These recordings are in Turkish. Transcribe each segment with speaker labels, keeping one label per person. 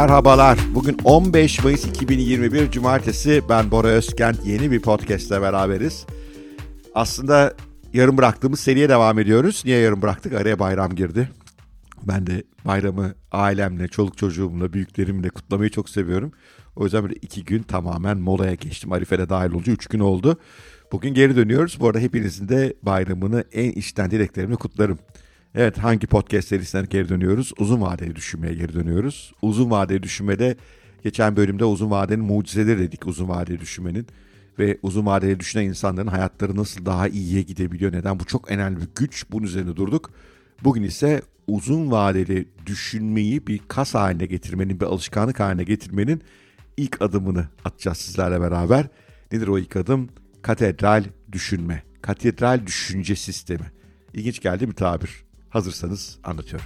Speaker 1: Merhabalar. Bugün 15 Mayıs 2021 Cumartesi. Ben Bora Özkent. Yeni bir podcast'le beraberiz. Aslında yarım bıraktığımız seriye devam ediyoruz. Niye yarım bıraktık? Araya bayram girdi. Ben de bayramı ailemle, çoluk çocuğumla, büyüklerimle kutlamayı çok seviyorum. O yüzden böyle 2 gün tamamen molaya geçtim. Arife'de dahil olunca 3 gün oldu. Bugün geri dönüyoruz. Bu arada hepinizin de bayramını en içten dileklerimle kutlarım. Evet, hangi podcast serisinden geri dönüyoruz? Uzun vadeli düşünmeye geri dönüyoruz. Uzun vadeli düşünmede geçen bölümde uzun vadenin mucizeleri dedik, uzun vadeli düşünmenin. Ve uzun vadeli düşünen insanların hayatları nasıl daha iyiye gidebiliyor? Neden? Bu çok önemli bir güç. Bunun üzerine durduk. Bugün ise uzun vadeli düşünmeyi bir kas haline getirmenin, bir alışkanlık haline getirmenin ilk adımını atacağız sizlerle beraber. Nedir o ilk adım? Katedral düşünme. Katedral düşünce sistemi. İlginç geldi mi tabir? Hazırsanız anlatıyorum.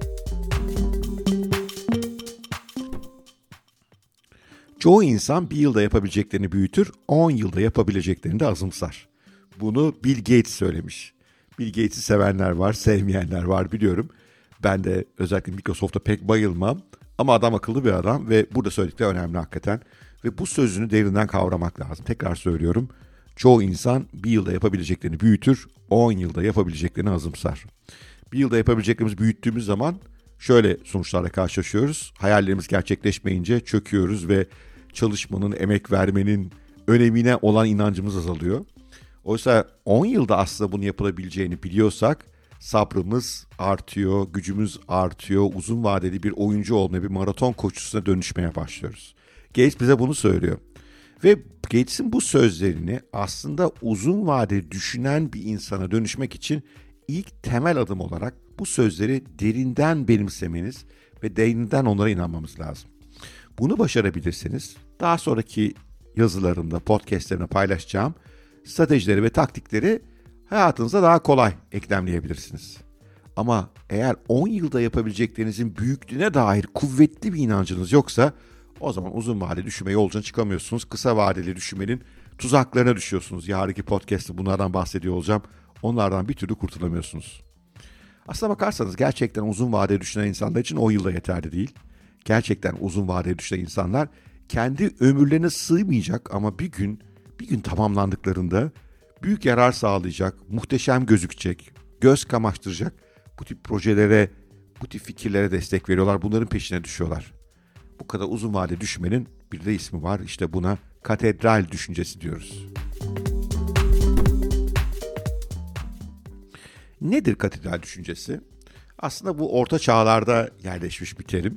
Speaker 1: Çoğu insan bir yılda yapabileceklerini büyütür, 10 yılda yapabileceklerini de azımsar. Bunu Bill Gates söylemiş. Bill Gates'i sevenler var, sevmeyenler var biliyorum. Ben de özellikle Microsoft'a pek bayılmam. Ama adam akıllı bir adam ve burada söyledikleri önemli hakikaten. Ve bu sözünü derinden kavramak lazım. Tekrar söylüyorum. Çoğu insan bir yılda yapabileceklerini büyütür, 10 yılda yapabileceklerini azımsar. Bir yılda yapabileceklerimizi büyüttüğümüz zaman şöyle sonuçlarla karşılaşıyoruz. Hayallerimiz gerçekleşmeyince çöküyoruz ve çalışmanın, emek vermenin önemine olan inancımız azalıyor. Oysa 10 yılda aslında bunu yapılabileceğini biliyorsak sabrımız artıyor, gücümüz artıyor, uzun vadeli bir oyuncu olmaya, bir maraton koşusuna dönüşmeye başlıyoruz. Gates bize bunu söylüyor. Ve Gates'in bu sözlerini aslında uzun vadeli düşünen bir insana dönüşmek için ilk temel adım olarak bu sözleri derinden benimsemeniz ve derinden onlara inanmamız lazım. Bunu başarabilirseniz daha sonraki yazılarımda, podcastlerimde paylaşacağım stratejileri ve taktikleri hayatınıza daha kolay eklemleyebilirsiniz. Ama eğer 10 yılda yapabileceklerinizin büyüklüğüne dair kuvvetli bir inancınız yoksa o zaman uzun vadeli düşünme yolculuğuna çıkamıyorsunuz. Kısa vadeli düşünmenin tuzaklarına düşüyorsunuz. Yarınki podcast'te bunlardan bahsediyor olacağım. Onlardan bir türlü kurtulamıyorsunuz. Aslına bakarsanız gerçekten uzun vadeli düşünen insanlar için 10 yılda yeterli değil. Gerçekten uzun vadeli düşünen insanlar kendi ömürlerine sığmayacak ama bir gün tamamlandıklarında büyük yarar sağlayacak, muhteşem gözükecek, göz kamaştıracak bu tip projelere, bu tip fikirlere destek veriyorlar. Bunların peşine düşüyorlar. Bu kadar uzun vadeli düşünmenin bir de ismi var. İşte buna katedral düşüncesi diyoruz. Nedir katedral düşüncesi? Aslında bu orta çağlarda yerleşmiş bir terim.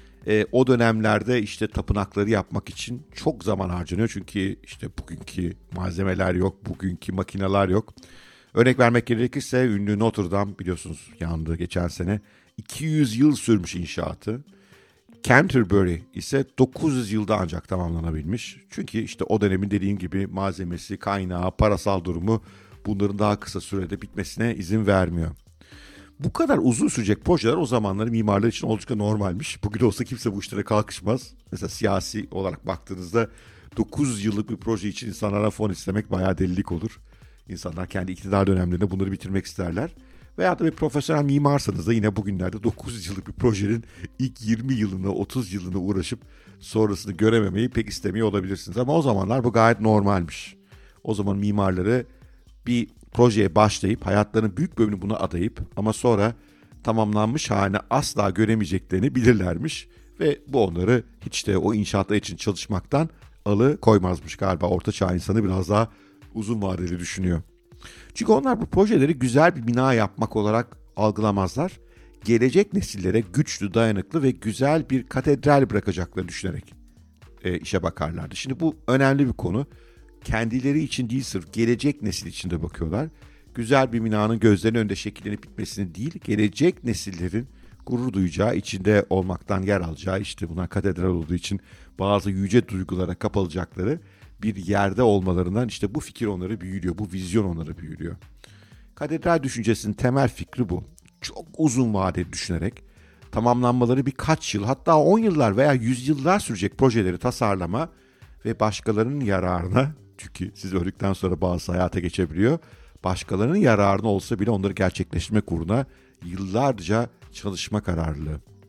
Speaker 1: O dönemlerde işte tapınakları yapmak için çok zaman harcanıyor. Çünkü işte bugünkü malzemeler yok, bugünkü makineler yok. Örnek vermek gerekirse ünlü Notre Dame biliyorsunuz yandı geçen sene. 200 yıl sürmüş inşaatı. Canterbury ise 900 yılda ancak tamamlanabilmiş. Çünkü işte o dönemin dediğim gibi malzemesi, kaynağı, parasal durumu bunların daha kısa sürede bitmesine izin vermiyor. Bu kadar uzun sürecek projeler o zamanların mimarlar için oldukça normalmiş. Bugün olsa kimse bu işlere kalkışmaz. Mesela siyasi olarak baktığınızda 900 yıllık bir proje için insanlara fon istemek bayağı delilik olur. İnsanlar kendi iktidar dönemlerinde bunları bitirmek isterler. Veya da bir profesyonel mimarsanız da yine bugünlerde 900 yıllık bir projenin ilk 20 yılını, 30 yılını uğraşıp sonrasını görememeyi pek istemiyor olabilirsiniz. Ama o zamanlar bu gayet normalmiş. O zaman mimarları bir projeye başlayıp hayatlarının büyük bölümünü buna adayıp ama sonra tamamlanmış haline asla göremeyeceklerini bilirlermiş. Ve bu onları hiç de o inşaatlar için çalışmaktan alıkoymazmış galiba. Orta çağ insanı biraz daha uzun vadeli düşünüyor. Çünkü onlar bu projeleri güzel bir bina yapmak olarak algılamazlar. Gelecek nesillere güçlü, dayanıklı ve güzel bir katedral bırakacaklarını düşünerek işe bakarlardı. Şimdi bu önemli bir konu. Kendileri için değil sırf gelecek nesil için de bakıyorlar. Güzel bir binanın gözlerinin önünde şekillenip bitmesini değil, gelecek nesillerin gurur duyacağı, içinde olmaktan yer alacağı, işte buna katedral olduğu için bazı yüce duygulara kapılacakları bir yerde olmalarından işte bu fikir onları büyülüyor, bu vizyon onları büyülüyor. Katedral düşüncesinin temel fikri bu. Çok uzun vadeli düşünerek tamamlanmaları birkaç yıl hatta 10 yıllar veya 100 yıllar sürecek projeleri tasarlama ve başkalarının yararına, çünkü siz öldükten sonra bazı hayata geçebiliyor, başkalarının yararına olsa bile onları gerçekleştirmek uğruna yıllarca çalışma kararlılığı.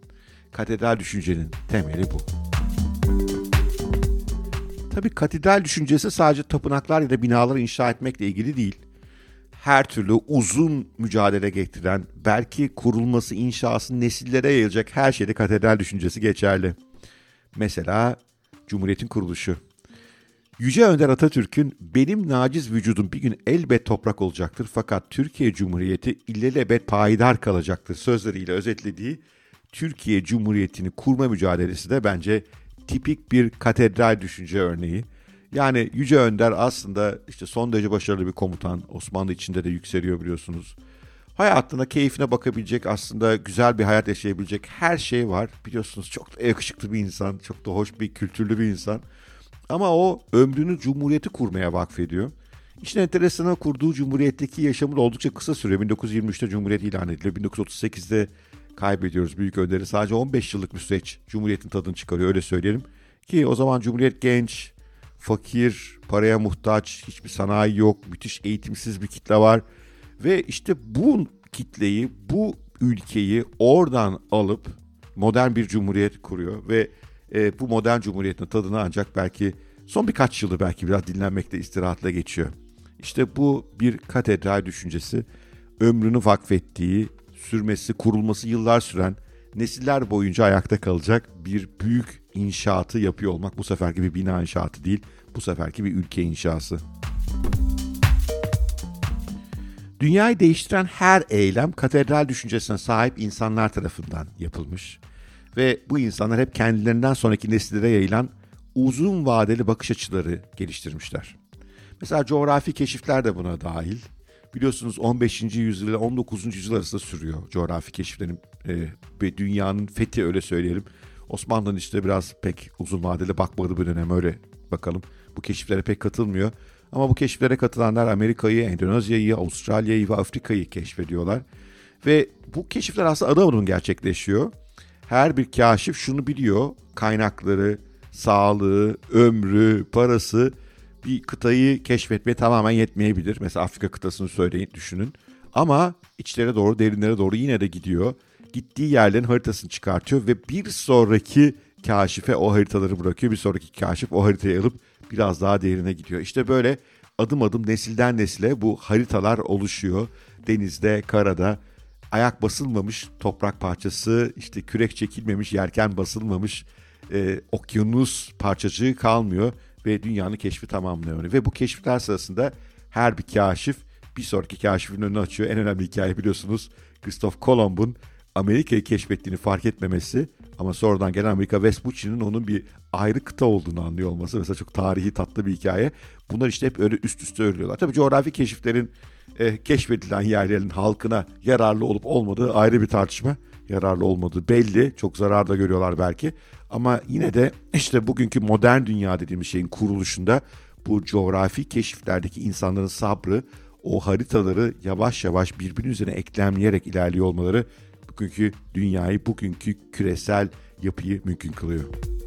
Speaker 1: Katedral düşüncenin temeli bu. Tabii katedral düşüncesi sadece tapınaklar ya da binalar inşa etmekle ilgili değil. Her türlü uzun mücadele getiren, belki kurulması, inşası nesillere yayılacak her şeyde katedral düşüncesi geçerli. Mesela Cumhuriyet'in kuruluşu. Yüce Önder Atatürk'ün benim naciz vücudum bir gün elbet toprak olacaktır fakat Türkiye Cumhuriyeti illelebet payidar kalacaktır sözleriyle özetlediği Türkiye Cumhuriyeti'ni kurma mücadelesi de bence tipik bir katedral düşünce örneği. Yani Yüce Önder aslında işte son derece başarılı bir komutan. Osmanlı içinde de yükseliyor biliyorsunuz. Hayatına keyfine bakabilecek, aslında güzel bir hayat yaşayabilecek her şey var. Biliyorsunuz çok da yakışıklı bir insan, çok da hoş bir, kültürlü bir insan. Ama o ömrünü Cumhuriyeti kurmaya vakfediyor. İşin enteresanı kurduğu Cumhuriyet'teki yaşamı da oldukça kısa sürüyor. 1923'te Cumhuriyet ilan ediliyor. 1938'de kaybediyoruz Büyük Önder'i. Sadece 15 yıllık bir süreç Cumhuriyet'in tadını çıkarıyor, öyle söyleyelim. Ki o zaman Cumhuriyet genç, fakir, paraya muhtaç, hiçbir sanayi yok, müthiş eğitimsiz bir kitle var. Ve işte bu kitleyi, bu ülkeyi oradan alıp modern bir cumhuriyet kuruyor. Ve bu modern cumhuriyetin tadını ancak belki son birkaç yılı belki biraz dinlenmekte, istirahatle geçiyor. İşte bu bir katedral düşüncesi, ömrünü vakfettiği, sürmesi, kurulması yıllar süren, nesiller boyunca ayakta kalacak bir büyük inşaatı yapıyor olmak. Bu seferki bir bina inşaatı değil, bu seferki bir ülke inşası. Dünyayı değiştiren her eylem katedral düşüncesine sahip insanlar tarafından yapılmış. Ve bu insanlar hep kendilerinden sonraki nesillere yayılan uzun vadeli bakış açıları geliştirmişler. Mesela coğrafi keşifler de buna dahil. Biliyorsunuz 15. yüzyıl ile 19. yüzyıl arasında sürüyor coğrafi keşiflerin ve dünyanın fethi, öyle söyleyelim. Osmanlı'nın işte biraz pek uzun vadeli bakmadığı bir dönem, öyle bakalım. Bu keşiflere pek katılmıyor. Ama bu keşiflere katılanlar Amerika'yı, Endonezya'yı, Avustralya'yı ve Afrika'yı keşfediyorlar. Ve bu keşifler aslında adım adım gerçekleşiyor. Her bir kaşif şunu biliyor: kaynakları, sağlığı, ömrü, parası bir kıtayı keşfetmeye tamamen yetmeyebilir. Mesela Afrika kıtasını söyleyin, düşünün. Ama içlere doğru, derinlere doğru yine de gidiyor. Gittiği yerlerin haritasını çıkartıyor ve bir sonraki kaşife o haritaları bırakıyor. Bir sonraki kaşif o haritayı alıp biraz daha derine gidiyor. İşte böyle adım adım, nesilden nesile bu haritalar oluşuyor. Denizde, karada, ayak basılmamış toprak parçası, işte kürek çekilmemiş, yelken basılmamış okyanus parçacığı kalmıyor ve dünyanın keşfi tamamlanıyor. Ve bu keşifler sırasında her bir kaşif bir sonraki kaşifin önünü açıyor. En önemli hikaye biliyorsunuz Christoph Kolomb'un Amerika'yı keşfettiğini fark etmemesi ama sonradan gelen Amerika Vespucci'nin onun bir ayrı kıta olduğunu anlıyor olması. Mesela çok tarihi, tatlı bir hikaye. Bunlar işte hep öyle üst üste örülüyorlar. Tabii coğrafi keşiflerin keşfedilen yerlerin halkına yararlı olup olmadığı ayrı bir tartışma. Yararlı olmadığı belli. Çok zarar da görüyorlar belki. Ama yine de işte bugünkü modern dünya dediğimiz şeyin kuruluşunda bu coğrafi keşiflerdeki insanların sabrı, o haritaları yavaş yavaş birbirinin üzerine eklemleyerek ilerliyor olmaları bugünkü dünyayı, bugünkü küresel yapıyı mümkün kılıyor.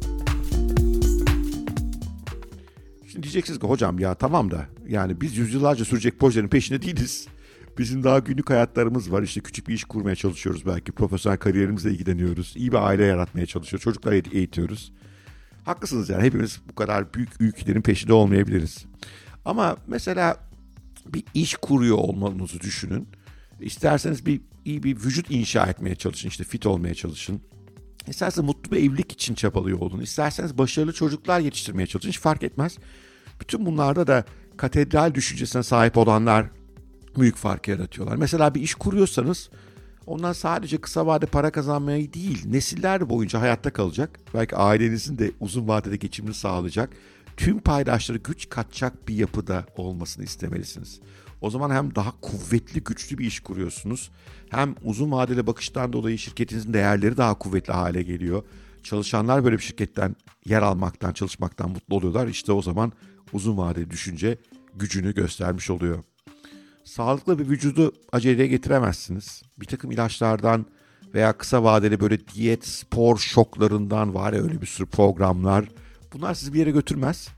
Speaker 1: Şimdi diyeceksiniz ki hocam ya tamam da yani biz yüzyıllarca sürecek projelerin peşinde değiliz. Bizim daha günlük hayatlarımız var. İşte küçük bir iş kurmaya çalışıyoruz belki. Profesyonel kariyerimizle ilgileniyoruz. İyi bir aile yaratmaya çalışıyoruz. Çocukları eğitiyoruz. Haklısınız, yani hepimiz bu kadar büyük ülkelerin peşinde olmayabiliriz. Ama mesela bir iş kuruyor olmanızı düşünün. İsterseniz iyi bir vücut inşa etmeye çalışın. İşte fit olmaya çalışın. İsterseniz mutlu bir evlilik için çabalıyor olun. İsterseniz başarılı çocuklar yetiştirmeye çalışın. Hiç fark etmez. Bütün bunlarda da katedral düşüncesine sahip olanlar büyük fark yaratıyorlar. Mesela bir iş kuruyorsanız ondan sadece kısa vade para kazanmayı değil, nesiller boyunca hayatta kalacak, belki ailenizin de uzun vadede geçimini sağlayacak, tüm paydaşları güç katacak bir yapıda olmasını istemelisiniz. O zaman hem daha kuvvetli, güçlü bir iş kuruyorsunuz, hem uzun vadeli bakıştan dolayı şirketinizin değerleri daha kuvvetli hale geliyor. Çalışanlar böyle bir şirketten yer almaktan, çalışmaktan mutlu oluyorlar. İşte o zaman uzun vadeli düşünce gücünü göstermiş oluyor. Sağlıklı bir vücudu aceleye getiremezsiniz. Bir takım ilaçlardan veya kısa vadeli böyle diyet, spor şoklarından var ya öyle bir sürü programlar. Bunlar sizi bir yere götürmez.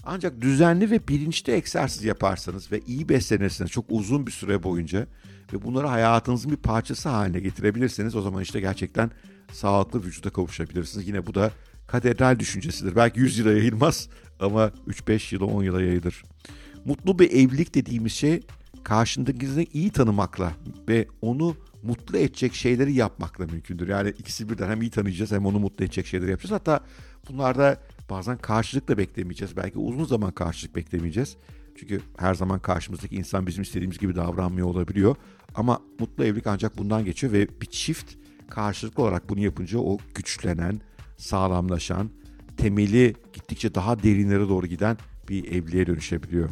Speaker 1: Ancak düzenli ve bilinçli egzersiz yaparsanız ve iyi beslenirseniz çok uzun bir süre boyunca ve bunları hayatınızın bir parçası haline getirebilirseniz o zaman işte gerçekten sağlıklı vücuda kavuşabilirsiniz. Yine bu da katedral düşüncesidir. Belki 100 yıla yayılmaz ama 3-5 yıla 10 yıla yayılır. Mutlu bir evlilik dediğimiz şey karşındakini iyi tanımakla ve onu mutlu edecek şeyleri yapmakla mümkündür. Yani ikisi birden hem iyi tanıyacağız hem onu mutlu edecek şeyleri yapacağız. Hatta bunlarda bazen karşılık da beklemeyeceğiz. Belki uzun zaman karşılık beklemeyeceğiz. Çünkü her zaman karşımızdaki insan bizim istediğimiz gibi davranmıyor olabiliyor. Ama mutlu evlilik ancak bundan geçiyor ve bir çift karşılıklı olarak bunu yapınca o güçlenen, sağlamlaşan, temeli gittikçe daha derinlere doğru giden bir evliliğe dönüşebiliyor.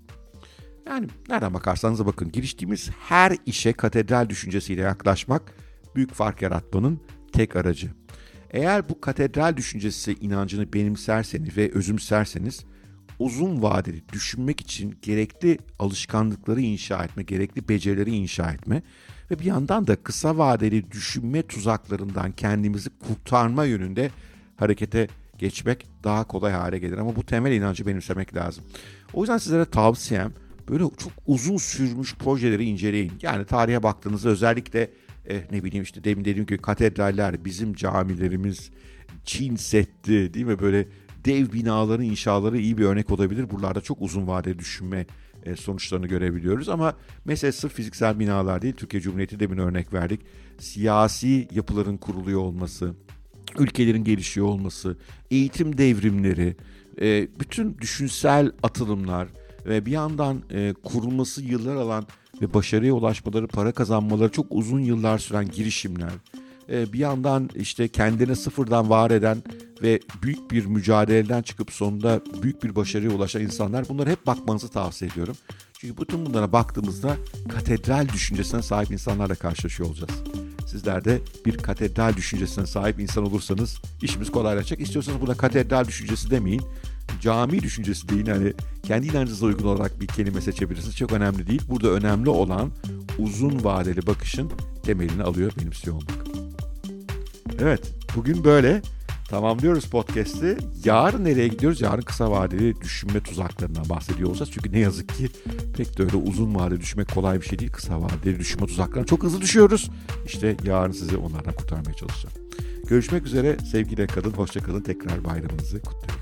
Speaker 1: Yani nereden bakarsanız bakın giriştiğimiz her işe katedral düşüncesiyle yaklaşmak büyük fark yaratmanın tek aracı. Eğer bu katedral düşüncesi inancını benimserseniz ve özümserseniz uzun vadeli düşünmek için gerekli alışkanlıkları inşa etme, gerekli becerileri inşa etme ve bir yandan da kısa vadeli düşünme tuzaklarından kendimizi kurtarma yönünde harekete geçmek daha kolay hale gelir. Ama bu temel inancı benimsemek lazım. O yüzden sizlere tavsiyem böyle çok uzun sürmüş projeleri inceleyin. Yani tarihe baktığınızda özellikle ne bileyim işte demin dediğim gibi katedraller, bizim camilerimiz, Çin Seddi değil mi böyle dev binaların inşaları iyi bir örnek olabilir. Buralarda çok uzun vadeli düşünme sonuçlarını görebiliyoruz. Ama mesela sırf fiziksel binalar değil, Türkiye Cumhuriyeti demin örnek verdik. Siyasi yapıların kuruluyor olması, ülkelerin gelişiyor olması, eğitim devrimleri, bütün düşünsel atılımlar ve bir yandan kurulması yıllar alan ve başarıya ulaşmaları, para kazanmaları çok uzun yıllar süren girişimler, bir yandan işte kendini sıfırdan var eden ve büyük bir mücadeleden çıkıp sonunda büyük bir başarıya ulaşan insanlar, bunlara hep bakmanızı tavsiye ediyorum. Çünkü bütün bunlara baktığımızda katedral düşüncesine sahip insanlarla karşılaşıyor olacağız. Sizler de bir katedral düşüncesine sahip insan olursanız işimiz kolaylaşacak. İstiyorsanız buna katedral düşüncesi demeyin. Cami düşüncesi deyin. Yani kendi inancınıza uygun olarak bir kelime seçebilirsiniz. Çok önemli değil. Burada önemli olan uzun vadeli bakışın temelini alıyor, benimsiyor olmak. Evet, bugün böyle tamamlıyoruz podcast'i. Yarın nereye gidiyoruz? Yarın kısa vadeli düşünme tuzaklarından bahsediyor olacağız. Çünkü ne yazık ki pek de öyle uzun vadeli düşünmek kolay bir şey değil. Kısa vadeli düşünme tuzaklarına çok hızlı düşüyoruz. İşte yarın sizi onlardan kurtarmaya çalışacağım. Görüşmek üzere. Sevgiyle kalın, hoşça kalın. Tekrar bayramınızı kutluyorum.